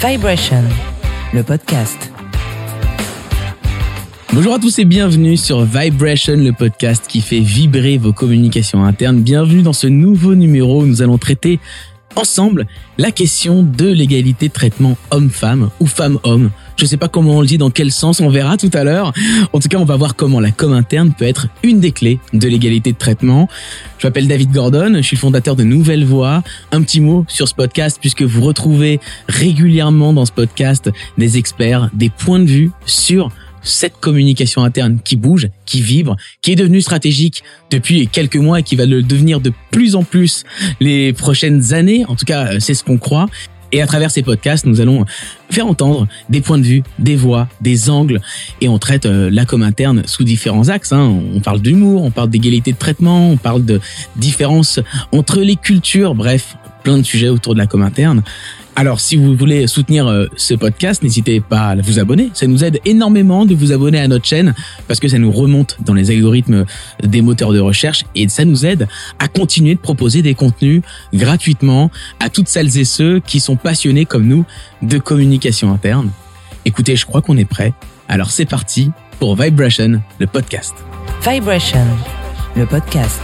Vibration, le podcast. Bonjour à tous et bienvenue sur Vibration, le podcast qui fait vibrer vos communications internes. Bienvenue dans ce nouveau numéro où nous allons traiter ensemble la question de l'égalité de traitement homme-femme ou femme-homme. Je ne sais pas comment on le dit, dans quel sens, on verra tout à l'heure. En tout cas, on va voir comment la com interne peut être une des clés de l'égalité de traitement. Je m'appelle David Gordon, je suis le fondateur de Nouvelle Voix. Un petit mot sur ce podcast puisque vous retrouvez régulièrement dans ce podcast des experts, des points de vue sur cette communication interne qui bouge, qui vibre, qui est devenue stratégique depuis quelques mois et qui va le devenir de plus en plus les prochaines années. En tout cas, c'est ce qu'on croit. Et à travers ces podcasts, nous allons faire entendre des points de vue, des voix, des angles. Et on traite la com interne sous différents axes. On parle d'humour, on parle d'égalité de traitement, on parle de différences entre les cultures. Bref, plein de sujets autour de la com interne. Alors, si vous voulez soutenir ce podcast, n'hésitez pas à vous abonner. Ça nous aide énormément de vous abonner à notre chaîne parce que ça nous remonte dans les algorithmes des moteurs de recherche et ça nous aide à continuer de proposer des contenus gratuitement à toutes celles et ceux qui sont passionnés comme nous de communication interne. Écoutez, je crois qu'on est prêt. Alors, c'est parti pour Vibration, le podcast. Vibration, le podcast.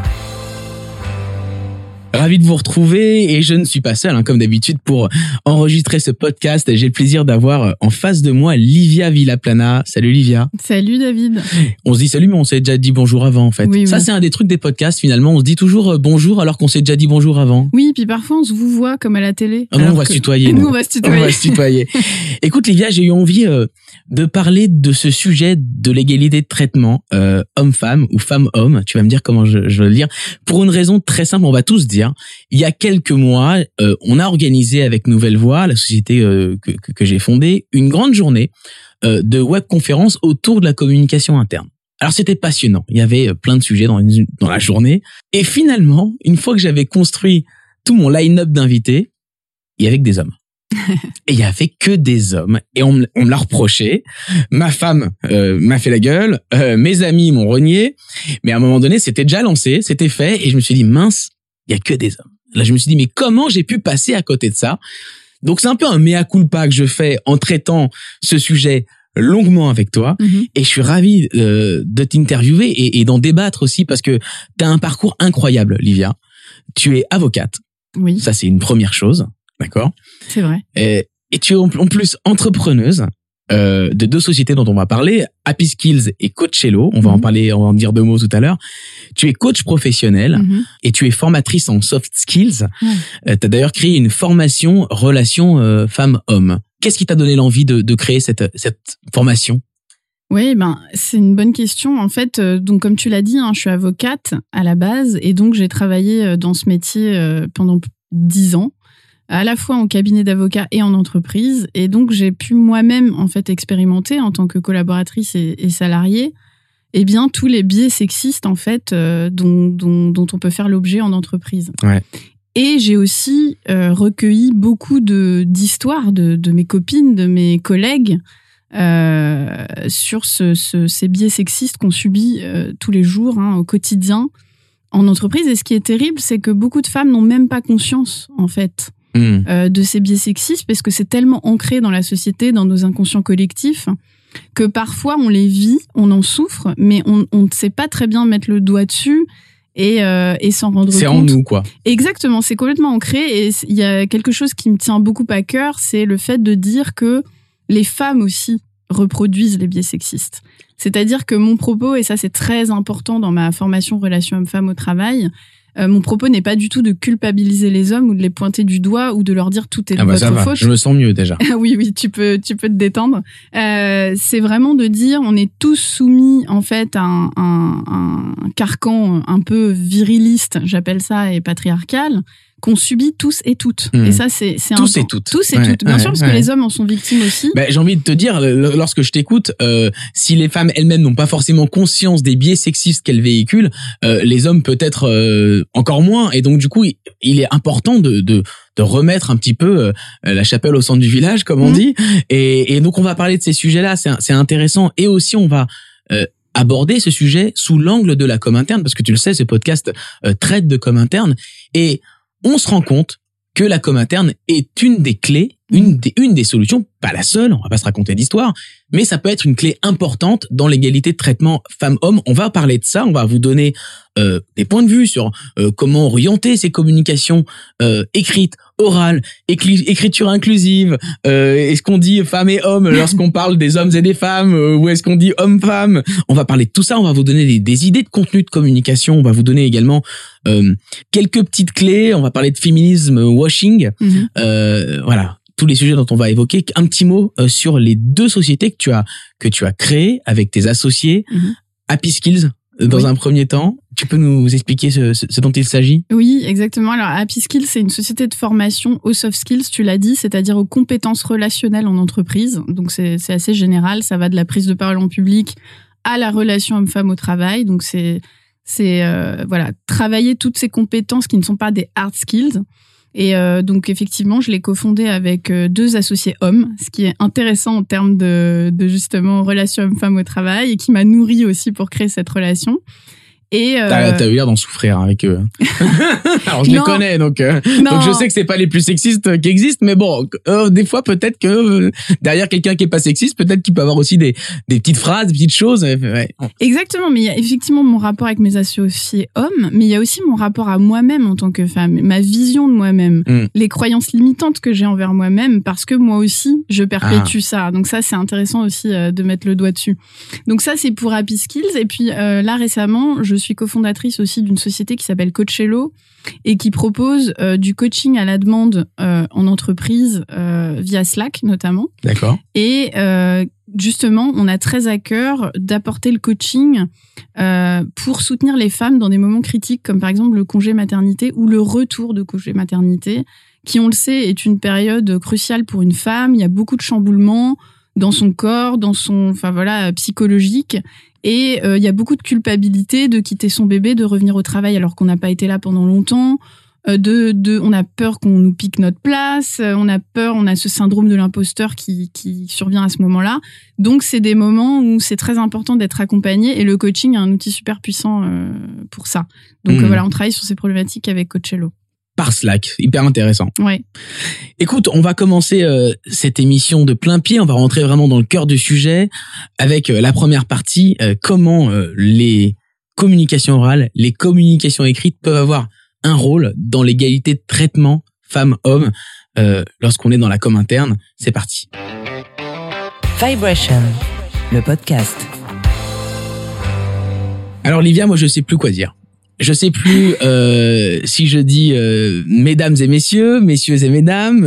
Ravi de vous retrouver et je ne suis pas seul, comme d'habitude, pour enregistrer ce podcast. J'ai le plaisir d'avoir en face de moi Livia Villaplana. Salut Livia. Salut David. On se dit salut mais on s'est déjà dit bonjour avant en fait. Oui, ça c'est un des trucs des podcasts finalement, on se dit toujours bonjour alors qu'on s'est déjà dit bonjour avant. Oui, puis parfois on se vous voit comme à la télé. Non, on va se tutoyer. Nous on va se tutoyer. On va se tutoyer. Écoute Livia, j'ai eu envie de parler de ce sujet de l'égalité de traitement homme-femme ou femme-homme. Tu vas me dire comment je veux le dire. Pour une raison très simple, on va tous dire. Il y a quelques mois, on a organisé avec Nouvelle Voix, la société que j'ai fondée, une grande journée de webconférence autour de la communication interne. Alors c'était passionnant, il y avait plein de sujets dans la journée. Et finalement, une fois que j'avais construit tout mon line-up d'invités, il y avait que des hommes. Et il y avait que des hommes. Et on me l'a reproché. Ma femme m'a fait la gueule. Mes amis m'ont renié. Mais à un moment donné, c'était déjà lancé, c'était fait. Et je me suis dit, mince, il y a que des hommes. Là, je me suis dit, mais comment j'ai pu passer à côté de ça? Donc, c'est un peu un mea culpa que je fais en traitant ce sujet longuement avec toi. Et je suis ravi de t'interviewer et d'en débattre aussi parce que tu as un parcours incroyable, Livia. Tu es avocate. Oui. Ça, c'est une première chose. D'accord? C'est vrai. Et tu es en plus entrepreneuse de deux sociétés dont on va parler, Happy Skills et Coachello. On va en parler, on va en dire deux mots tout à l'heure. Tu es coach professionnel et tu es formatrice en soft skills. Tu as d'ailleurs créé une formation relation femme-homme. Qu'est-ce qui t'a donné l'envie de créer cette formation? Oui, c'est une bonne question. En fait, donc comme tu l'as dit, je suis avocate à la base et donc j'ai travaillé dans ce métier pendant 10 ans. À la fois en cabinet d'avocat et en entreprise. Et donc, j'ai pu moi-même, en fait, expérimenter en tant que collaboratrice et salariée, tous les biais sexistes, en fait, dont on peut faire l'objet en entreprise. Ouais. Et j'ai aussi recueilli beaucoup d'histoires de mes copines, de mes collègues, sur ces biais sexistes qu'on subit tous les jours, au quotidien, en entreprise. Et ce qui est terrible, c'est que beaucoup de femmes n'ont même pas conscience, en fait, de ces biais sexistes parce que c'est tellement ancré dans la société, dans nos inconscients collectifs, que parfois on les vit, on en souffre, mais on ne sait pas très bien mettre le doigt dessus et s'en rendre compte. C'est en nous, quoi. Exactement, c'est complètement ancré et il y a quelque chose qui me tient beaucoup à cœur, c'est le fait de dire que les femmes aussi reproduisent les biais sexistes. C'est-à-dire que mon propos, et ça c'est très important dans ma formation relation homme-femme au travail, mon propos n'est pas du tout de culpabiliser les hommes ou de les pointer du doigt ou de leur dire tout est de votre faute. Je me sens mieux déjà. Oui, tu peux te détendre. C'est vraiment de dire on est tous soumis en fait à un carcan un peu viriliste, j'appelle ça, et patriarcal, qu'on subit tous et toutes. Et ça, c'est tous et toutes. Tous et toutes, bien sûr, parce que les hommes en sont victimes aussi. J'ai envie de te dire, lorsque je t'écoute, si les femmes elles-mêmes n'ont pas forcément conscience des biais sexistes qu'elles véhiculent, les hommes peut-être encore moins. Et donc, du coup, il est important de remettre un petit peu la chapelle au centre du village, comme on dit. Et donc, on va parler de ces sujets-là. C'est intéressant. Et aussi, on va aborder ce sujet sous l'angle de la com interne, parce que tu le sais, ce podcast traite de com interne. Et on se rend compte que la com interne est une des clés une des solutions, pas la seule, on va pas se raconter d'histoire, mais ça peut être une clé importante dans l'égalité de traitement femmes-hommes. On va parler de ça, on va vous donner des points de vue sur comment orienter ces communications écrites, orales, écriture inclusive. Est-ce qu'on dit femmes et hommes lorsqu'on parle des hommes et des femmes, ou est-ce qu'on dit homme-femme? On va parler de tout ça, on va vous donner des idées de contenu de communication, on va vous donner également quelques petites clés, on va parler de féminisme washing, voilà. Tous les sujets dont on va évoquer. Un petit mot sur les 2 sociétés que tu as créées avec tes associés. Happy Skills, dans un premier temps. Tu peux nous expliquer ce dont il s'agit? Oui, exactement. Alors, Happy Skills, c'est une société de formation aux soft skills, tu l'as dit, c'est-à-dire aux compétences relationnelles en entreprise. Donc, c'est assez général. Ça va de la prise de parole en public à la relation homme-femme au travail. Donc, c'est voilà, travailler toutes ces compétences qui ne sont pas des hard skills. Et donc effectivement, je l'ai cofondé avec 2 associés hommes, ce qui est intéressant en termes de justement relation homme-femme au travail et qui m'a nourri aussi pour créer cette relation. Et t'as eu l'air d'en souffrir avec eux. Alors je les connais, donc je sais que c'est pas les plus sexistes qui existent, mais bon, des fois peut-être que derrière quelqu'un qui est pas sexiste, peut-être qu'il peut avoir aussi des petites phrases, des petites choses. Ouais. Exactement, mais il y a effectivement mon rapport avec mes associés hommes, mais il y a aussi mon rapport à moi-même en tant que femme, ma vision de moi-même, les croyances limitantes que j'ai envers moi-même, parce que moi aussi je perpétue ça. Donc ça c'est intéressant aussi de mettre le doigt dessus. Donc ça c'est pour Happy Skills, et puis là récemment je suis cofondatrice aussi d'une société qui s'appelle Coachello et qui propose du coaching à la demande en entreprise via Slack notamment. D'accord. Et justement, on a très à cœur d'apporter le coaching pour soutenir les femmes dans des moments critiques comme par exemple le congé maternité ou le retour de congé maternité qui, on le sait, est une période cruciale pour une femme. Il y a beaucoup de chamboulements dans son corps, dans son psychologique. Et il y a beaucoup de culpabilité de quitter son bébé, de revenir au travail alors qu'on n'a pas été là pendant longtemps. On a peur qu'on nous pique notre place. On a ce syndrome de l'imposteur qui survient à ce moment-là. Donc c'est des moments où c'est très important d'être accompagné et le coaching est un outil super puissant pour ça. Donc voilà, on travaille sur ces problématiques avec Coachello. Par Slack, hyper intéressant. Ouais. Écoute, on va commencer cette émission de plein pied, on va rentrer vraiment dans le cœur du sujet avec la première partie, comment les communications orales, les communications écrites peuvent avoir un rôle dans l'égalité de traitement femmes-hommes lorsqu'on est dans la com interne. C'est parti. Vibration, le podcast. Alors Livia, moi je sais plus quoi dire. Je sais plus si je dis mesdames et messieurs, messieurs et mesdames.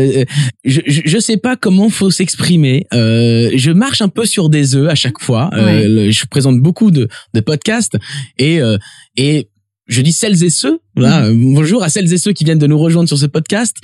Je sais pas comment faut s'exprimer. Je marche un peu sur des œufs à chaque fois. Je présente beaucoup de podcasts et je dis celles et ceux. Voilà, bonjour à celles et ceux qui viennent de nous rejoindre sur ce podcast.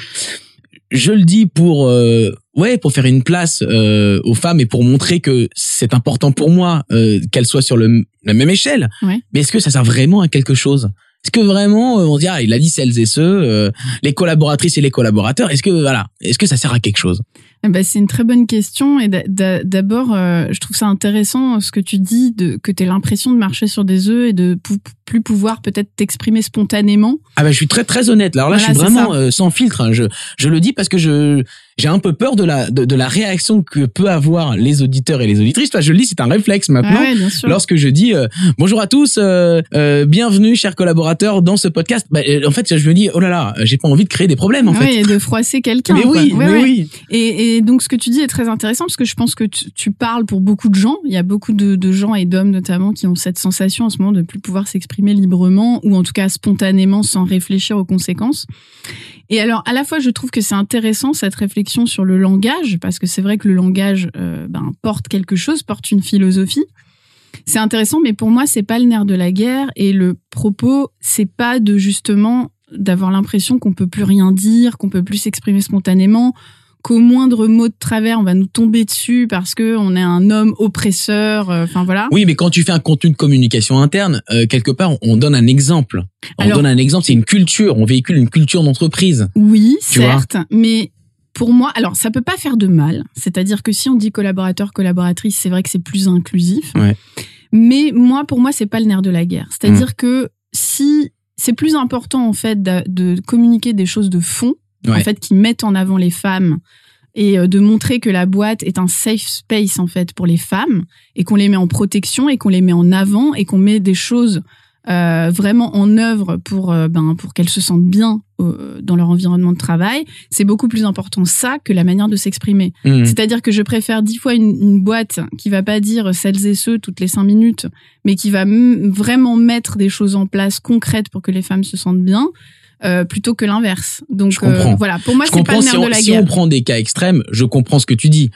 Je le dis pour faire une place aux femmes et pour montrer que c'est important pour moi qu'elles soient sur la même échelle. Ouais. Mais est-ce que ça sert vraiment à quelque chose? Est-ce que vraiment on dit il a dit celles et ceux, les collaboratrices et les collaborateurs, est-ce que ça sert à quelque chose? C'est une très bonne question et d'abord je trouve ça intéressant ce que tu dis que tu as l'impression de marcher sur des œufs et de plus pouvoir peut-être t'exprimer spontanément. Je suis très très honnête. Alors là je suis vraiment sans filtre, hein. Je le dis parce que j'ai un peu peur de la réaction que peut avoir les auditeurs et les auditrices. Je le dis, c'est un réflexe maintenant. Bien sûr. Lorsque je dis bonjour à tous, bienvenue chers collaborateurs dans ce podcast. En fait, je me dis oh là là, j'ai pas envie de créer des problèmes en fait. Oui, et de froisser quelqu'un. Mais oui, oui. Et donc ce que tu dis est très intéressant parce que je pense que tu parles pour beaucoup de gens. Il y a beaucoup de gens et d'hommes notamment qui ont cette sensation en ce moment de plus pouvoir s'exprimer librement ou en tout cas spontanément sans réfléchir aux conséquences. Et alors, à la fois, je trouve que c'est intéressant cette réflexion sur le langage, parce que c'est vrai que le langage porte quelque chose, porte une philosophie. C'est intéressant, mais pour moi, c'est pas le nerf de la guerre. Et le propos, c'est pas d'avoir l'impression qu'on peut plus rien dire, qu'on peut plus s'exprimer spontanément, qu'au moindre mot de travers, on va nous tomber dessus parce que on est un homme oppresseur. Voilà. Oui, mais quand tu fais un contenu de communication interne, quelque part, on donne un exemple. C'est une culture. On véhicule une culture d'entreprise. Oui, certes, mais pour moi, alors ça peut pas faire de mal. C'est-à-dire que si on dit collaborateur, collaboratrice, c'est vrai que c'est plus inclusif. Ouais. Mais pour moi, c'est pas le nerf de la guerre. C'est-à-dire que si c'est plus important en fait de communiquer des choses de fond. Ouais. En fait, qui mettent en avant les femmes et de montrer que la boîte est un safe space en fait pour les femmes et qu'on les met en protection et qu'on les met en avant et qu'on met des choses vraiment en œuvre pour qu'elles se sentent bien dans leur environnement de travail, c'est beaucoup plus important ça que la manière de s'exprimer. C'est-à-dire que je préfère 10 fois une boîte qui va pas dire celles et ceux toutes les 5 minutes, mais qui va vraiment mettre des choses en place concrètes pour que les femmes se sentent bien, plutôt que l'inverse. Donc je comprends. Voilà, pour moi c'est pas le nerf de la guerre. Si on prend des cas extrêmes, je comprends ce que tu dis.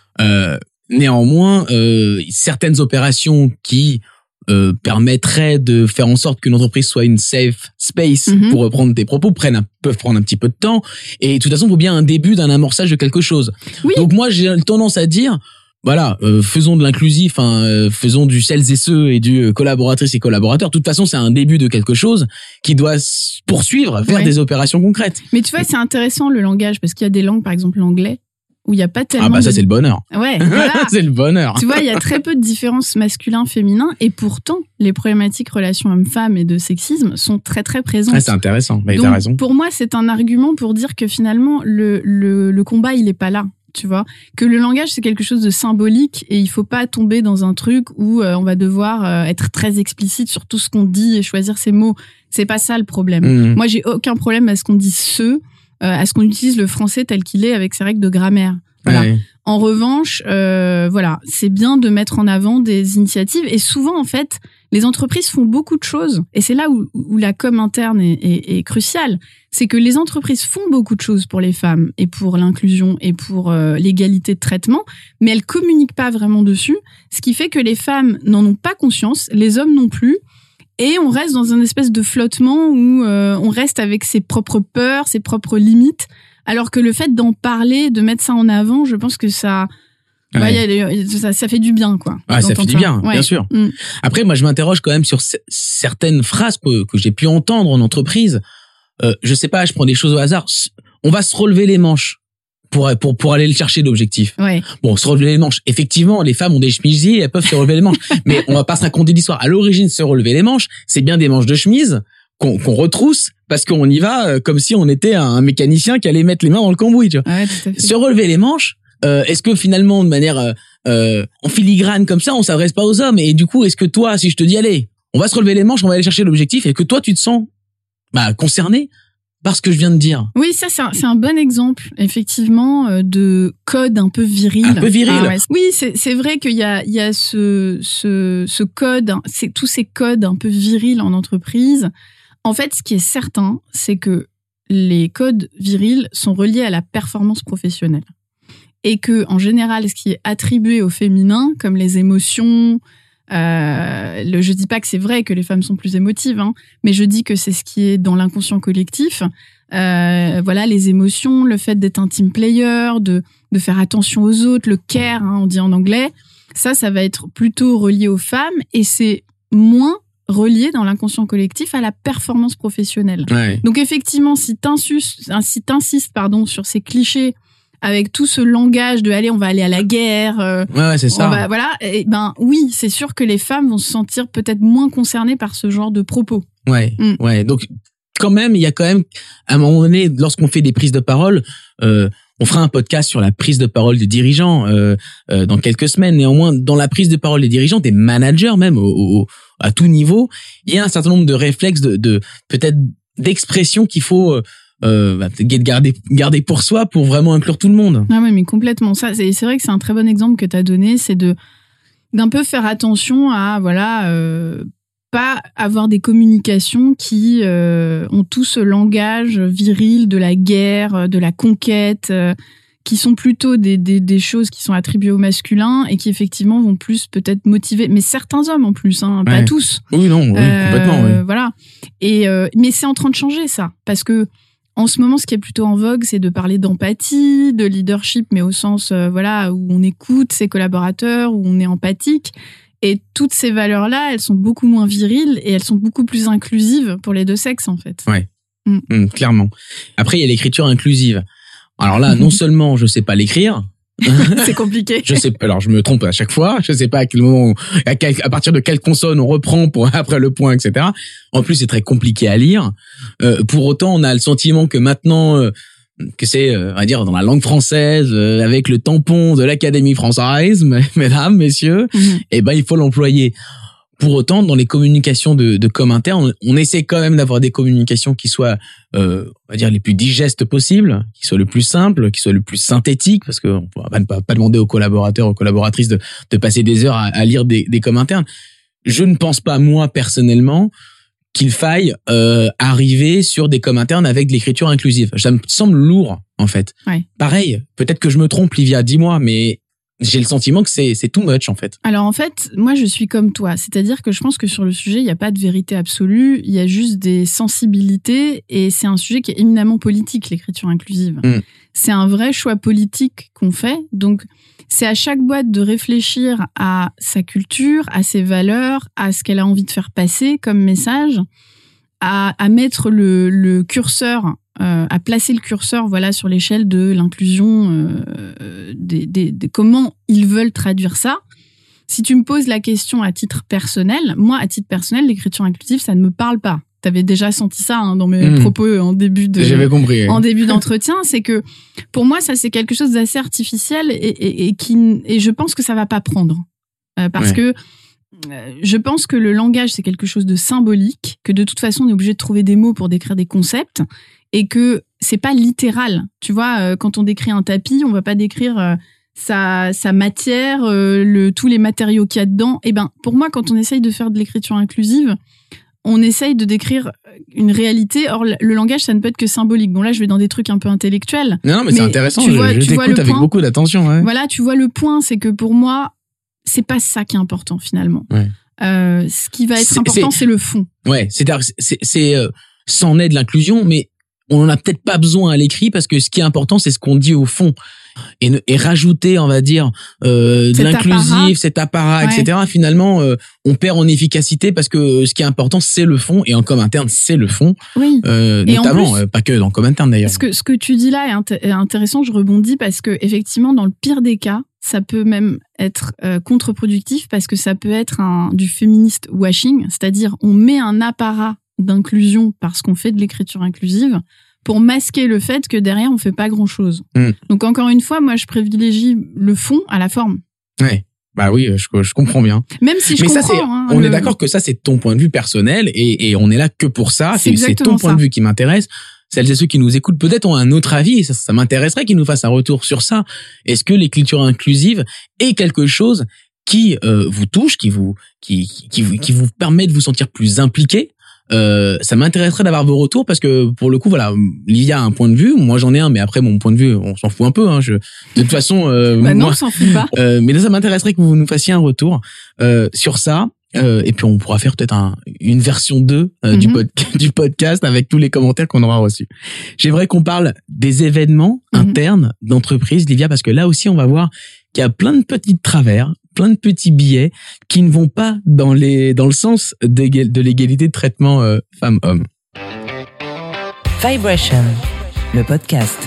Néanmoins, certaines opérations qui permettrait de faire en sorte qu'une entreprise soit une safe space, pour reprendre tes propos, peuvent prendre un petit peu de temps. Et de toute façon, il faut bien un début d'un amorçage de quelque chose. Oui. Donc moi, j'ai tendance à dire, voilà, faisons de l'inclusif, faisons du celles et ceux et du collaboratrices et collaborateurs. De toute façon, c'est un début de quelque chose qui doit poursuivre vers des opérations concrètes. Mais tu vois, c'est intéressant le langage, parce qu'il y a des langues, par exemple l'anglais, où il y a pas tellement. Ah bah ça c'est le bonheur. Ouais, voilà. C'est le bonheur. Tu vois, il y a très peu de différences masculin-féminin et pourtant les problématiques relations hommes-femmes et de sexisme sont très très présentes. Ah, c'est intéressant. Mais donc, t'as raison. Pour moi, c'est un argument pour dire que finalement le combat il est pas là. Tu vois, que le langage c'est quelque chose de symbolique et il faut pas tomber dans un truc où on va devoir être très explicite sur tout ce qu'on dit et choisir ses mots. C'est pas ça le problème. Moi, j'ai aucun problème à ce qu'on dise à ce qu'on utilise le français tel qu'il est avec ses règles de grammaire. Voilà. Ouais. En revanche, voilà, c'est bien de mettre en avant des initiatives et souvent en fait, les entreprises font beaucoup de choses et c'est là où la com interne est cruciale. C'est que les entreprises font beaucoup de choses pour les femmes et pour l'inclusion et pour l'égalité de traitement, mais elles communiquent pas vraiment dessus, ce qui fait que les femmes n'en ont pas conscience, les hommes non plus. Et on reste dans une espèce de flottement où on reste avec ses propres peurs, ses propres limites, alors que le fait d'en parler, de mettre ça en avant, je pense que ça fait du bien, quoi. Ah, ça fait du bien, bien sûr. Après, moi, je m'interroge quand même sur certaines phrases que j'ai pu entendre en entreprise. Je sais pas, je prends des choses au hasard. On va se relever les manches pour aller le chercher l'objectif. Ouais. Bon, se relever les manches. Effectivement, les femmes ont des chemisiers, elles peuvent se relever les manches. Mais on va pas se raconter d'histoire. À l'origine, se relever les manches, c'est bien des manches de chemise qu'on retrousse parce qu'on y va comme si on était un mécanicien qui allait mettre les mains dans le cambouis, tu vois. Ouais, tout à fait. Se relever les manches, est-ce que finalement, de manière en filigrane comme ça, on s'adresse pas aux hommes? Et du coup, est-ce que toi, si je te dis, allez, on va se relever les manches, on va aller chercher l'objectif, et que toi, tu te sens concerné par ce que je viens de dire? Oui, ça c'est un bon exemple effectivement de code un peu viril. Un peu viril. Ah ouais. Oui, c'est vrai qu'il y a ce code, c'est tous ces codes un peu virils en entreprise. En fait, ce qui est certain, c'est que les codes virils sont reliés à la performance professionnelle et que en général, ce qui est attribué au féminin, comme les émotions. Je dis pas que c'est vrai que les femmes sont plus émotives, mais je dis que c'est ce qui est dans l'inconscient collectif. Voilà, les émotions, le fait d'être un team player, de faire attention aux autres, le care, on dit en anglais. Ça va être plutôt relié aux femmes et c'est moins relié dans l'inconscient collectif à la performance professionnelle. Ouais. Donc effectivement, si t'insistes, sur ces clichés avec tout ce langage de allez, on va aller à la guerre. Ouais, c'est ça. Voilà. Et oui, c'est sûr que les femmes vont se sentir peut-être moins concernées par ce genre de propos. Ouais, ouais. Donc, quand même, il y a quand même, à un moment donné, lorsqu'on fait des prises de parole, on fera un podcast sur la prise de parole des dirigeants dans quelques semaines. Néanmoins, dans la prise de parole des dirigeants, des managers même, à tout niveau, il y a un certain nombre de réflexes, de peut-être d'expressions qu'il faut garder pour soi pour vraiment inclure tout le monde. Ah oui, mais complètement. Ça, c'est vrai que c'est un très bon exemple que tu as donné, c'est d'un peu faire attention à pas avoir des communications qui ont tout ce langage viril de la guerre, de la conquête, qui sont plutôt des choses qui sont attribuées au masculin et qui effectivement vont plus peut-être motiver, mais certains hommes en plus, pas tous. Oui, non, complètement. Oui. Voilà. Et mais c'est en train de changer ça, parce que en ce moment, ce qui est plutôt en vogue, c'est de parler d'empathie, de leadership, mais au sens où on écoute ses collaborateurs, où on est empathique. Et toutes ces valeurs-là, elles sont beaucoup moins viriles et elles sont beaucoup plus inclusives pour les deux sexes, en fait. Ouais, clairement. Après, il y a l'écriture inclusive. Alors là, non seulement je sais pas l'écrire, c'est compliqué. Alors je me trompe à chaque fois. Je sais pas à quel moment, à partir de quelle consonne on reprend pour après le point, etc. En plus, c'est très compliqué à lire. Pour autant, on a le sentiment que maintenant, que c'est, on va dire, dans la langue française, avec le tampon de l'Académie française, mesdames, messieurs, et ben il faut l'employer. Pour autant, dans les communications de com interne, on essaie quand même d'avoir des communications qui soient, on va dire, les plus digestes possibles, qui soient le plus simples, qui soient le plus synthétiques, parce que on va pas demander aux collaborateurs, aux collaboratrices de passer des heures à lire des com internes. Je ne pense pas, moi, personnellement, qu'il faille arriver sur des com internes avec de l'écriture inclusive. Ça me semble lourd, en fait. Ouais. Pareil, peut-être que je me trompe, Livia, dis-moi, mais j'ai le sentiment que c'est too much, en fait. Alors, en fait, moi, je suis comme toi. C'est-à-dire que je pense que sur le sujet, il n'y a pas de vérité absolue. Il y a juste des sensibilités et c'est un sujet qui est éminemment politique, l'écriture inclusive. C'est un vrai choix politique qu'on fait. Donc, c'est à chaque boîte de réfléchir à sa culture, à ses valeurs, à ce qu'elle a envie de faire passer comme message, à mettre le curseur, à placer le curseur, voilà, sur l'échelle de l'inclusion, des comment ils veulent traduire ça. Si tu me poses la question à titre personnel, moi, à titre personnel, l'écriture inclusive, ça ne me parle pas. T'avais déjà senti ça dans mes propos en début J'avais compris. En début d'entretien, c'est que pour moi, ça c'est quelque chose d'assez artificiel et je pense que ça va pas prendre parce que je pense que le langage c'est quelque chose de symbolique, que de toute façon on est obligé de trouver des mots pour décrire des concepts et que c'est pas littéral. Tu vois, quand on décrit un tapis, on va pas décrire sa matière, tous les matériaux qu'il y a dedans. Et ben pour moi, quand on essaye de faire de l'écriture inclusive, on essaye de décrire une réalité. Or, le langage, ça ne peut être que symbolique. Bon, là, je vais dans des trucs un peu intellectuels. Non, mais c'est intéressant. Je t'écoute avec beaucoup d'attention. Ouais. Voilà, tu vois le point, c'est que pour moi, c'est pas ça qui est important, finalement. Ouais. Ce qui va être important, c'est le fond. Ouais, c'en est de l'inclusion, mais on en a peut-être pas besoin à l'écrit parce que ce qui est important, c'est ce qu'on dit au fond. Et rajouter, on va dire, de l'inclusif, cet apparat, etc. Finalement, on perd en efficacité parce que ce qui est important, c'est le fond. Et en com interne, c'est le fond. Oui. Notamment, plus, pas que dans com interne d'ailleurs. Ce que tu dis là est intéressant. Je rebondis parce que effectivement, dans le pire des cas, ça peut même être contre-productif parce que ça peut être du féministe washing, c'est-à-dire on met un apparat d'inclusion parce qu'on fait de l'écriture inclusive pour masquer le fait que derrière, on fait pas grand-chose. Donc, encore une fois, moi, je privilégie le fond à la forme. Ouais. Bah oui, je comprends bien. Même si on est d'accord que ça, c'est ton point de vue personnel et on est là que pour ça. C'est ton point de vue qui m'intéresse. Celles et ceux qui nous écoutent peut-être ont un autre avis et ça m'intéresserait qu'ils nous fassent un retour sur ça. Est-ce que l'écriture inclusive est quelque chose qui vous touche, qui vous permet de vous sentir plus impliqué? Ça m'intéresserait d'avoir vos retours parce que pour le coup voilà, Livia a un point de vue, moi j'en ai un, mais après mon point de vue on s'en fout un peu de toute façon non, on s'en fout pas. Mais là ça m'intéresserait que vous nous fassiez un retour sur ça et puis on pourra faire peut-être une version 2 du podcast avec tous les commentaires qu'on aura reçus. J'aimerais qu'on parle des événements internes d'entreprise, Livia, parce que là aussi on va voir qu'il y a plein de petits travers, plein de petits biais qui ne vont pas dans le sens de l'égalité de traitement femmes-hommes. Vibration, le podcast.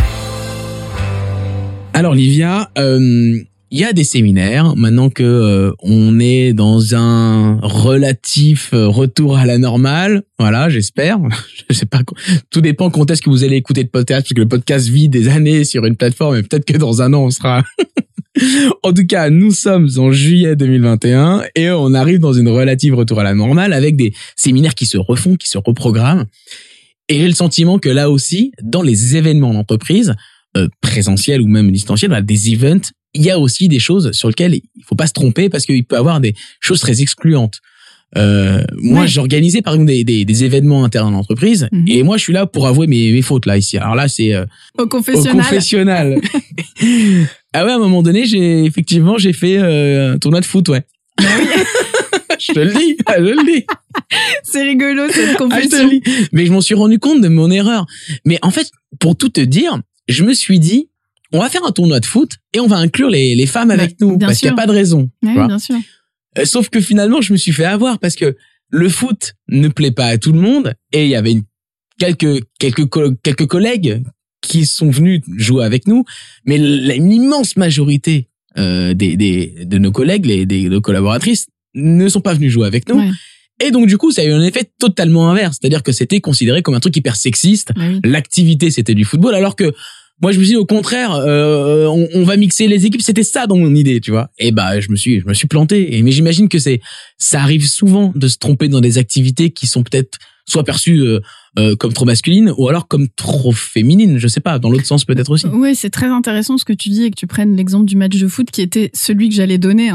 Alors Livia, il y a des séminaires maintenant que on est dans un relatif retour à la normale. Voilà, j'espère. Je sais pas. Tout dépend quand est-ce que vous allez écouter le podcast, parce que le podcast vit des années sur une plateforme et peut-être que dans un an on sera. En tout cas, nous sommes en juillet 2021 et on arrive dans une relative retour à la normale avec des séminaires qui se refont, qui se reprogramment. Et j'ai le sentiment que là aussi, dans les événements d'entreprise, présentiels ou même distanciels, des events, il y a aussi des choses sur lesquelles il faut pas se tromper parce qu'il peut y avoir des choses très excluantes. Moi, j'organisais par exemple des événements internes en entreprise et moi je suis là pour avouer mes fautes là ici. Alors là c'est au confessionnal. Ah ouais, à un moment donné, j'ai fait un tournoi de foot, ouais. Je te le dis. C'est rigolo cette confession. Je te le dis. Mais je m'en suis rendu compte de mon erreur. Mais en fait, pour tout te dire, je me suis dit on va faire un tournoi de foot et on va inclure les femmes avec nous parce qu'il y a pas de raison. Oui, bien sûr. Sauf que finalement, je me suis fait avoir parce que le foot ne plaît pas à tout le monde et il y avait quelques collègues qui sont venus jouer avec nous, mais une immense majorité de nos collègues, de nos collaboratrices, ne sont pas venus jouer avec nous. Ouais. Et donc du coup, ça a eu un effet totalement inverse, c'est-à-dire que c'était considéré comme un truc hyper sexiste. Oui. L'activité, c'était du football, alors que moi, je me suis dit, au contraire, on va mixer les équipes. C'était ça dans mon idée, tu vois. Et bah, je me suis planté. Mais j'imagine que ça arrive souvent de se tromper dans des activités qui sont peut-être soit perçues comme trop masculines ou alors comme trop féminines. Je sais pas, dans l'autre sens peut-être aussi. Oui, c'est très intéressant ce que tu dis et que tu prennes l'exemple du match de foot qui était celui que j'allais donner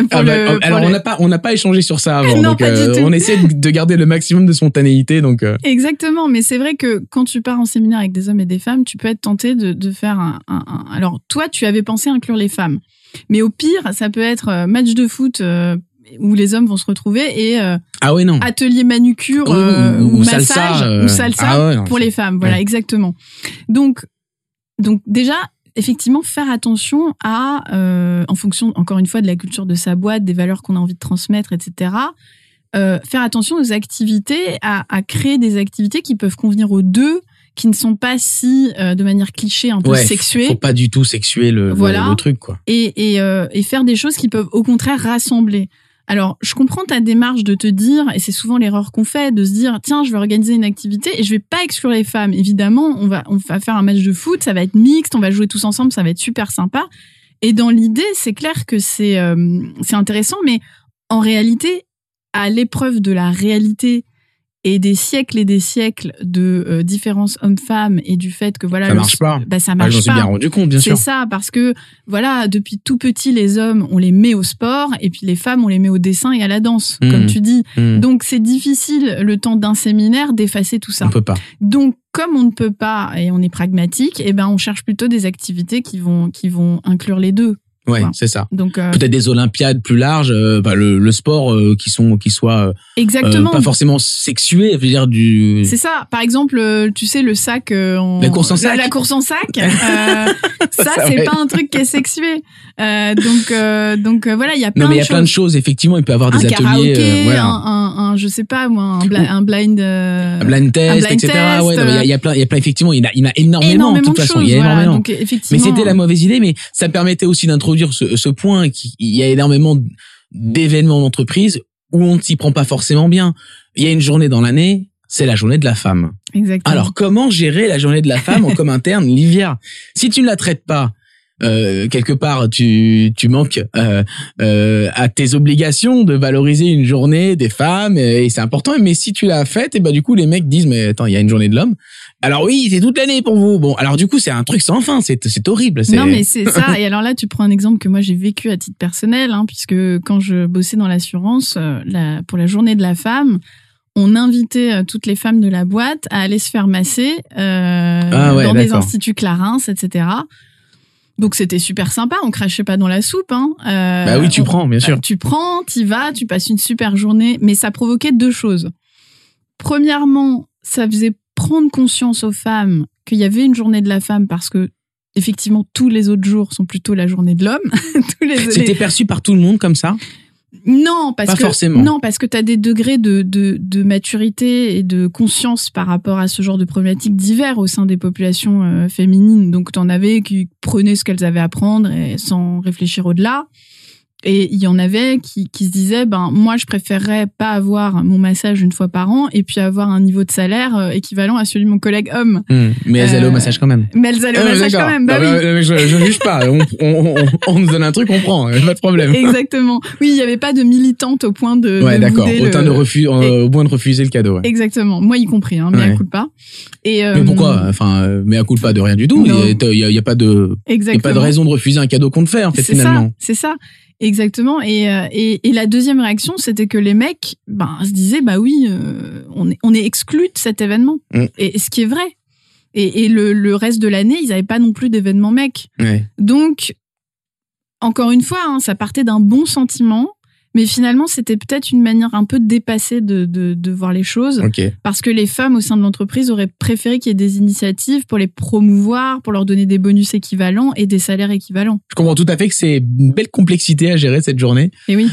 On n'a pas échangé sur ça avant. Non, donc, pas du tout. on essaie de garder le maximum de spontanéité. Donc, Exactement, mais c'est vrai que quand tu pars en séminaire avec des hommes et des femmes, tu peux être tenté de faire un... Alors, toi, tu avais pensé inclure les femmes. Mais au pire, ça peut être match de foot où les hommes vont se retrouver et ah ouais, non. atelier manucure ou massage salsa, ou salsa ah ouais, non, pour les femmes. Voilà, ouais. Exactement. Donc déjà, effectivement, faire attention à, en fonction, encore une fois, de la culture de sa boîte, des valeurs qu'on a envie de transmettre, etc., faire attention aux activités, à créer des activités qui peuvent convenir aux deux, qui ne sont pas si, de manière cliché, un peu sexuée. Faut pas du tout sexuer le truc, quoi. Et faire des choses qui peuvent, au contraire, rassembler. Alors, je comprends ta démarche de te dire, et c'est souvent l'erreur qu'on fait, de se dire, tiens, je vais organiser une activité et je vais pas exclure les femmes. Évidemment, on va faire un match de foot, ça va être mixte, on va jouer tous ensemble, ça va être super sympa. Et dans l'idée, c'est clair que c'est intéressant, mais en réalité, à l'épreuve de la réalité et des siècles de différences hommes-femmes et du fait que voilà ça marche pas. Bah, ça marche j'en suis pas. bien rendu compte, bien sûr. C'est ça, parce que voilà, depuis tout petit, les hommes on les met au sport et puis les femmes on les met au dessin et à la danse, comme tu dis. Donc c'est difficile le temps d'un séminaire d'effacer tout ça. On peut pas. Donc comme on ne peut pas et on est pragmatique, et ben on cherche plutôt des activités qui vont inclure les deux. Ouais, Voilà. c'est ça. Donc peut-être des olympiades plus larges, le sport qui soit exactement. pas forcément sexué, je veux dire C'est ça. Par exemple, tu sais le sac la course en sac. La course en sac. Ça c'est pas un truc qui est sexué. Donc voilà, il y a plein de choses. Non mais il y a plein de choses effectivement, il peut y avoir des ateliers karaoké, voilà. je sais pas moi, un blind test, etc. Ouais, il y a plein effectivement, il y en a énormément de toute façon, il y a énormément. Donc, effectivement, mais c'était la mauvaise idée, mais ça permettait aussi d'introduire ce point il y a énormément d'événements d'entreprise où on ne s'y prend pas forcément bien. Il y a une journée dans l'année, c'est la journée de la femme. Exactement. Alors comment gérer la journée de la femme comme interne, Livia? Si tu ne la traites pas, quelque part tu manques à tes obligations de valoriser une journée des femmes et c'est important, mais si tu l'as faite, et bah du coup les mecs disent mais attends, il y a une journée de l'homme. Alors oui, c'est toute l'année pour vous. Bon, alors du coup, c'est un truc sans fin, c'est horrible. Non, mais c'est ça. Et alors là, tu prends un exemple que moi j'ai vécu à titre personnel, puisque quand je bossais dans l'assurance, pour la journée de la femme, on invitait toutes les femmes de la boîte à aller se faire masser dans des instituts Clarins, etc. Donc c'était super sympa, on crachait pas dans la soupe. Bah oui, tu prends, bien sûr. Tu prends, t'y vas, tu passes une super journée, mais ça provoquait deux choses. Premièrement, ça faisait prendre conscience aux femmes qu'il y avait une journée de la femme parce que effectivement tous les autres jours sont plutôt la journée de l'homme. C'était perçu par tout le monde comme ça? Non, pas forcément. Non, parce que tu as des degrés de maturité et de conscience par rapport à ce genre de problématiques divers au sein des populations féminines. Donc t'en avais qui prenaient ce qu'elles avaient à prendre et sans réfléchir au-delà. Et il y en avait qui se disaient, moi, je préférerais pas avoir mon massage une fois par an et puis avoir un niveau de salaire équivalent à celui de mon collègue homme. Mais elles allaient au massage quand même. Mais elles allaient au massage quand même, bah oui. Je juge pas. On nous donne un truc, on prend. Pas de problème. Exactement. Oui, il y avait pas de militante au point de. Ouais, d'accord. Au point de refuser le cadeau. Ouais. Exactement. Moi, y compris, mais à culpa. Mais pourquoi? Enfin, mais à culpa de rien du tout. Il y a pas de raison de refuser un cadeau qu'on te fait, en fait, finalement. C'est ça. Exactement. Et la deuxième réaction, c'était que les mecs, se disaient, oui, on est exclus de cet événement. Et ce qui est vrai. Et le reste de l'année, ils n'avaient pas non plus d'événement mecs. Ouais. Donc, encore une fois, ça partait d'un bon sentiment. Mais finalement, c'était peut-être une manière un peu dépassée de voir les choses. Okay. Parce que les femmes au sein de l'entreprise auraient préféré qu'il y ait des initiatives pour les promouvoir, pour leur donner des bonus équivalents et des salaires équivalents. Je comprends tout à fait que c'est une belle complexité à gérer cette journée. Et oui.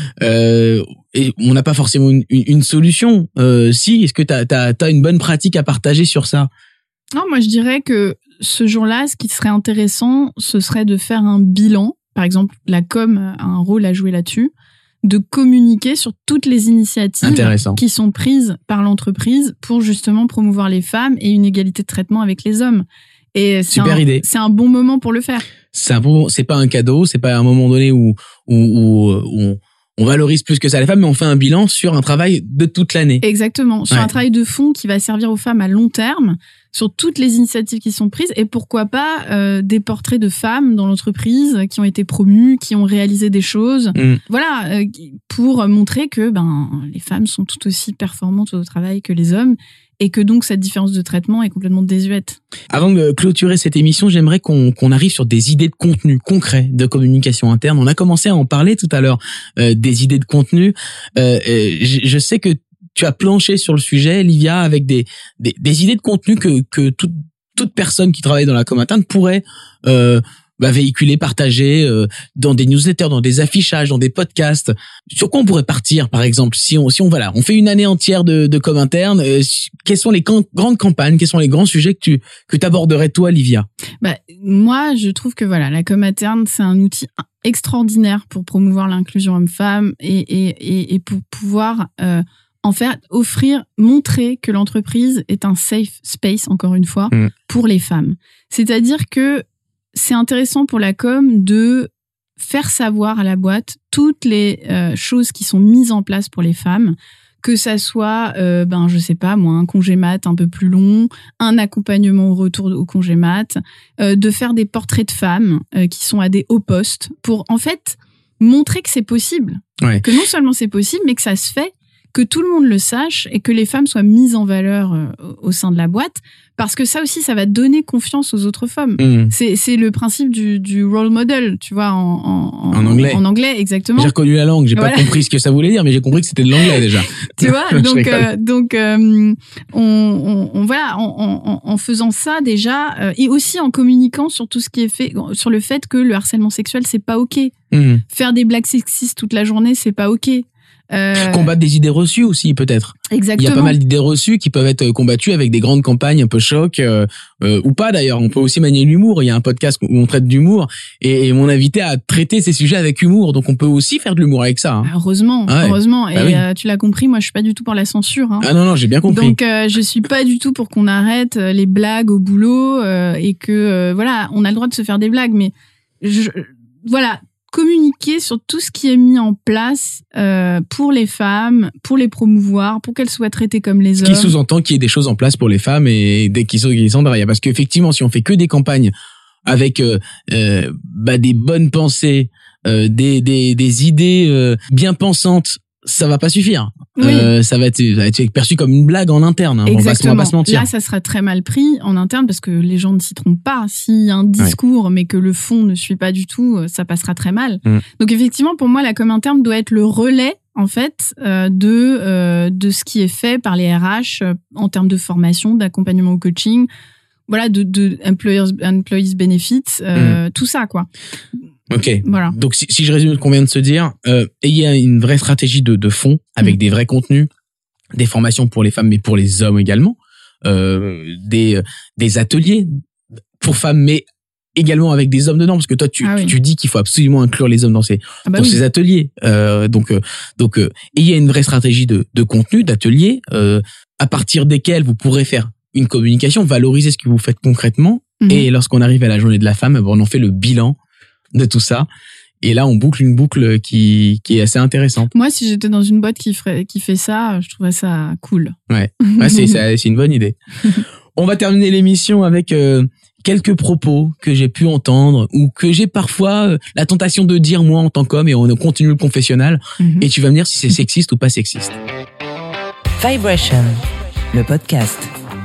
Et on n'a pas forcément une solution. Est-ce que t'as une bonne pratique à partager sur ça? Non, moi je dirais que ce jour-là, ce qui serait intéressant, ce serait de faire un bilan. Par exemple, la com a un rôle à jouer là-dessus. de communiquer sur toutes les initiatives Intéressant. qui sont prises par l'entreprise pour justement promouvoir les femmes et une égalité de traitement avec les hommes. Et Super idée. C'est un bon moment pour le faire. C'est pas un cadeau, c'est pas un moment donné où on valorise plus que ça les femmes, mais on fait un bilan sur un travail de toute l'année. Exactement, sur un travail de fond qui va servir aux femmes à long terme, sur toutes les initiatives qui sont prises, et pourquoi pas des portraits de femmes dans l'entreprise qui ont été promues, qui ont réalisé des choses. Voilà, pour montrer que les femmes sont tout aussi performantes au travail que les hommes, et que donc cette différence de traitement est complètement désuète. Avant de clôturer cette émission, j'aimerais qu'on arrive sur des idées de contenu concret de communication interne. On a commencé à en parler tout à l'heure, des idées de contenu. Je sais que tu as planché sur le sujet, Livia, avec des idées de contenu que toute personne qui travaille dans la com interne pourrait véhiculer, partager dans des newsletters, dans des affichages, dans des podcasts. Sur quoi on pourrait partir, par exemple, si on fait une année entière de com interne, quelles sont les grandes campagnes, quels sont les grands sujets que t'aborderais toi, Livia? Moi, je trouve que la com interne, c'est un outil extraordinaire pour promouvoir l'inclusion homme-femme et pour pouvoir montrer que l'entreprise est un safe space, encore une fois, pour les femmes. C'est-à-dire que c'est intéressant pour la com de faire savoir à la boîte toutes les choses qui sont mises en place pour les femmes, que ça soit, je sais pas moi, un congé mat un peu plus long, un accompagnement au retour au congé mat, de faire des portraits de femmes qui sont à des hauts postes pour en fait montrer que c'est possible, que non seulement c'est possible, mais que ça se fait, que tout le monde le sache et que les femmes soient mises en valeur au sein de la boîte. Parce que ça aussi, ça va donner confiance aux autres femmes. C'est le principe du role model, tu vois, en anglais. En anglais, exactement. J'ai reconnu la langue, j'ai pas compris ce que ça voulait dire, mais j'ai compris que c'était de l'anglais déjà. Tu vois, en faisant ça déjà, et aussi en communiquant sur tout ce qui est fait, sur le fait que le harcèlement sexuel, c'est pas ok. Faire des blagues sexistes toute la journée, c'est pas ok. Combattre des idées reçues aussi, peut-être. Exactement. Il y a pas mal d'idées reçues qui peuvent être combattues avec des grandes campagnes un peu choc, ou pas d'ailleurs. On peut aussi manier l'humour. Il y a un podcast où on traite d'humour et mon invité a traité ces sujets avec humour. Donc on peut aussi faire de l'humour avec ça. Heureusement. Et tu l'as compris, moi je suis pas du tout pour la censure. Ah non, j'ai bien compris. Donc je suis pas du tout pour qu'on arrête les blagues au boulot et que on a le droit de se faire des blagues, mais communiquer sur tout ce qui est mis en place pour les femmes, pour les promouvoir, pour qu'elles soient traitées comme les hommes. Ce qui sous-entend qu'il y ait des choses en place pour les femmes et qui sont derrière. Parce qu'effectivement, si on fait que des campagnes avec des bonnes pensées, des idées bien pensantes, ça va pas suffire. Ça va être perçu comme une blague en interne. On va pas se mentir. Là, ça sera très mal pris en interne parce que les gens ne s'y trompent pas. S'il y a un discours mais que le fond ne suit pas du tout, ça passera très mal. Donc effectivement, pour moi, la com interne doit être le relais en fait de ce qui est fait par les RH en termes de formation, d'accompagnement au coaching, de employees benefits, tout ça quoi. Ok. Voilà. Donc si je résume ce qu'on vient de se dire, ayez une vraie stratégie de fond avec des vrais contenus, des formations pour les femmes mais pour les hommes également, des ateliers pour femmes mais également avec des hommes dedans parce que toi tu dis qu'il faut absolument inclure les hommes dans ces ateliers. Donc ayez une vraie stratégie de contenu, d'ateliers à partir desquels vous pourrez faire une communication, valoriser ce que vous faites concrètement et lorsqu'on arrive à la journée de la femme, on en fait le bilan de tout ça. Et là, on boucle une boucle qui est assez intéressante. Moi, si j'étais dans une boîte qui fait ça, je trouverais ça cool. C'est une bonne idée. On va terminer l'émission avec quelques propos que j'ai pu entendre ou que j'ai parfois la tentation de dire moi en tant qu'homme et on continue le confessionnal. Et tu vas me dire si c'est sexiste ou pas sexiste. Vibration, le podcast.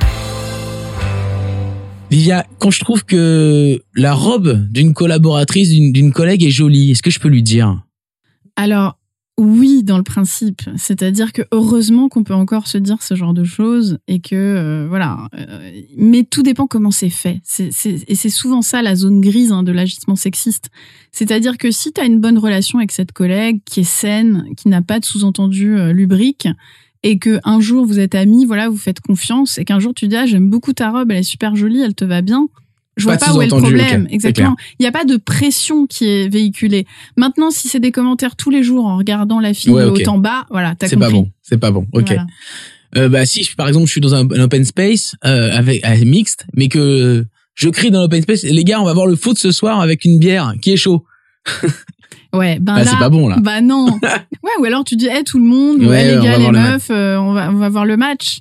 Livia, quand je trouve que la robe d'une collaboratrice, d'une collègue est jolie, est-ce que je peux lui dire? Alors, oui, dans le principe. C'est-à-dire que heureusement qu'on peut encore se dire ce genre de choses et que, mais tout dépend comment c'est fait. Et c'est souvent ça la zone grise de l'agistement sexiste. C'est-à-dire que si tu as une bonne relation avec cette collègue qui est saine, qui n'a pas de sous-entendu lubrique, et que un jour vous êtes amis, vous faites confiance, et qu'un jour tu dis j'aime beaucoup ta robe, elle est super jolie, elle te va bien, Je vois pas où est le problème. Okay, exactement. Il n'y a pas de pression qui est véhiculée. Maintenant, si c'est des commentaires tous les jours en regardant la fille de haut en bas, voilà, t'as compris. C'est pas bon. Ok. Voilà. Si par exemple je suis dans un open space avec mixte, mais que je crie dans l'open space, les gars, on va voir le foot ce soir avec une bière, qui est chaud. Ouais, là, c'est pas bon là. Non. Ouais, ou alors tu dis, tout le monde, les gars, les meufs, on va voir le match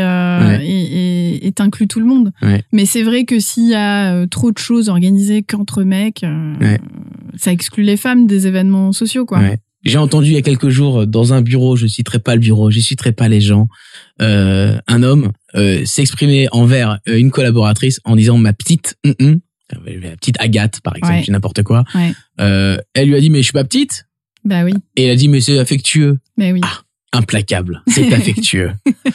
et t'inclus tout le monde. Ouais. Mais c'est vrai que s'il y a trop de choses organisées qu'entre mecs, ça exclut les femmes des événements sociaux, quoi. Ouais. J'ai entendu il y a quelques jours dans un bureau, je citerai pas le bureau, je citerai pas les gens, un homme s'exprimer envers une collaboratrice en disant ma petite la petite Agathe, par exemple, j'ai n'importe quoi. Ouais. Elle lui a dit, mais je suis pas petite. Bah oui. Et elle a dit, mais c'est affectueux. Mais oui. Ah, implacable. C'est affectueux.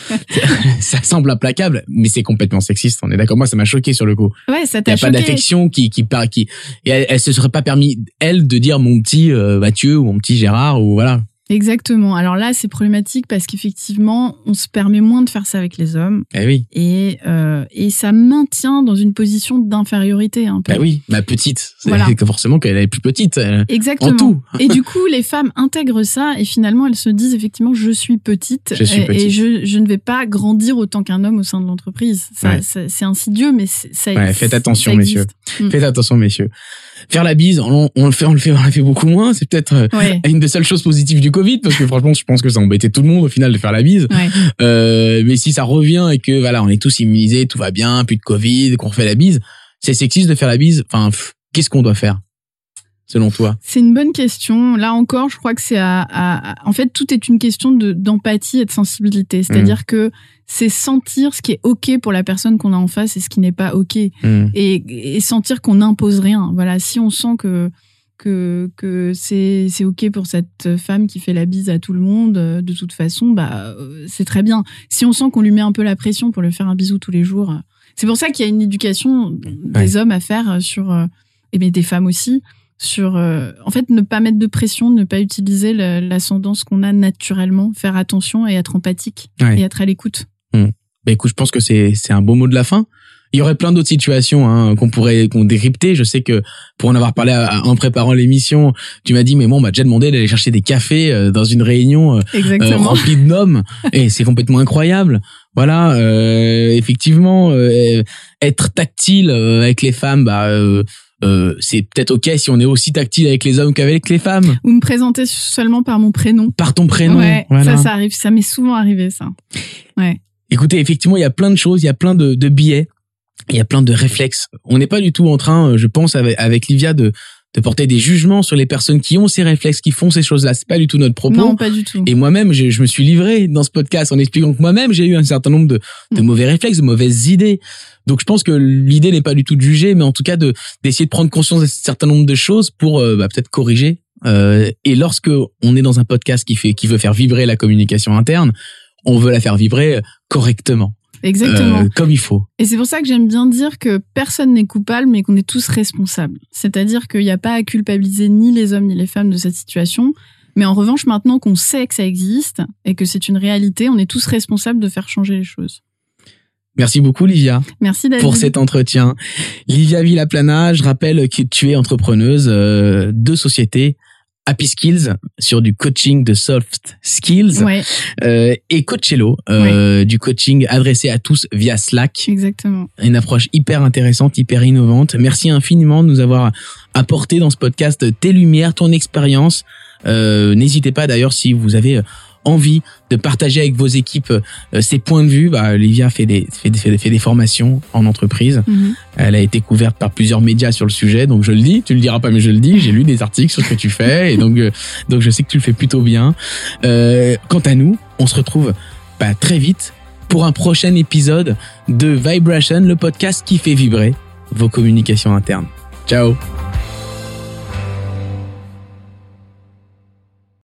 Ça semble implacable, mais c'est complètement sexiste. On est d'accord. Moi, ça m'a choqué sur le coup. Ouais, ça t'a choqué. Il n'y a pas d'affection et elle se serait pas permis, elle, de dire mon petit Mathieu ou mon petit Gérard ou voilà. Exactement. Alors là, c'est problématique parce qu'effectivement, on se permet moins de faire ça avec les hommes. Eh oui. Et ça maintient dans une position d'infériorité un peu. Bah oui, ma petite. C'est forcément qu'elle est plus petite. Exactement. En tout. Et du coup, les femmes intègrent ça et finalement, elles se disent effectivement, je suis petite. Et je ne vais pas grandir autant qu'un homme au sein de l'entreprise. C'est insidieux, mais ça existe. Faites attention, messieurs. Faites attention, messieurs. Faire la bise, on le fait beaucoup moins. C'est peut-être une des seules choses positives du Covid, parce que franchement, je pense que ça embêtait tout le monde au final de faire la bise. Ouais. Mais si ça revient et que voilà, on est tous immunisés, tout va bien, plus de Covid, qu'on refait la bise, c'est sexiste de faire la bise. Enfin, qu'est-ce qu'on doit faire, selon toi? C'est une bonne question. Là encore, je crois que c'est en fait, tout est une question d'empathie et de sensibilité. C'est-à-dire que c'est sentir ce qui est OK pour la personne qu'on a en face et ce qui n'est pas OK. Et sentir qu'on n'impose rien. Voilà, si on sent que c'est OK pour cette femme qui fait la bise à tout le monde, de toute façon, c'est très bien. Si on sent qu'on lui met un peu la pression pour lui faire un bisou tous les jours, c'est pour ça qu'il y a une éducation des hommes à faire sur, et des femmes aussi, sur en fait ne pas mettre de pression, ne pas utiliser l'ascendance qu'on a naturellement, faire attention et être empathique et être à l'écoute. Bah écoute, je pense que c'est un beau mot de la fin. Il y aurait plein d'autres situations qu'on décrypter. Je sais que pour en avoir parlé en préparant l'émission, tu m'as dit mais moi on m'a déjà demandé d'aller chercher des cafés dans une réunion remplie d'hommes et c'est complètement incroyable. Voilà, effectivement, être tactile avec les femmes, c'est peut-être OK si on est aussi tactile avec les hommes qu'avec les femmes. Ou me présenter seulement par mon prénom. Par ton prénom. Ouais, voilà. Ça arrive, ça m'est souvent arrivé ça. Ouais. Écoutez, effectivement, il y a plein de choses, il y a plein de biais, il y a plein de réflexes. On n'est pas du tout en train, je pense, avec Livia, de porter des jugements sur les personnes qui ont ces réflexes, qui font ces choses-là. C'est pas du tout notre propos. Non, pas du tout. Et moi-même, je me suis livré dans ce podcast en expliquant que moi-même, j'ai eu un certain nombre de mauvais réflexes, de mauvaises idées. Donc, je pense que l'idée n'est pas du tout de juger, mais en tout cas d'essayer de prendre conscience d'un certain nombre de choses pour peut-être corriger. Et lorsque on est dans un podcast qui veut faire vibrer la communication interne, on veut la faire vibrer correctement. Exactement. Comme il faut. Et c'est pour ça que j'aime bien dire que personne n'est coupable, mais qu'on est tous responsables. C'est-à-dire qu'il n'y a pas à culpabiliser ni les hommes ni les femmes de cette situation. Mais en revanche, maintenant qu'on sait que ça existe et que c'est une réalité, on est tous responsables de faire changer les choses. Merci beaucoup, Livia. Merci, David. Pour cet entretien. Livia Villaplana, je rappelle que tu es entrepreneuse de société Happy Skills sur du coaching de soft skills et Coachello du coaching adressé à tous via Slack. Exactement. Une approche hyper intéressante, hyper innovante. Merci infiniment de nous avoir apporté dans ce podcast tes lumières, ton expérience. N'hésitez pas d'ailleurs si vous avez envie de partager avec vos équipes ces points de vue. Livia fait des formations en entreprise. Elle a été couverte par plusieurs médias sur le sujet, donc je le dis, tu le diras pas mais je le dis, j'ai lu des articles sur ce que tu fais et donc je sais que tu le fais plutôt bien. Quant à nous, on se retrouve très vite pour un prochain épisode de Vibration, le podcast qui fait vibrer vos communications internes. Ciao.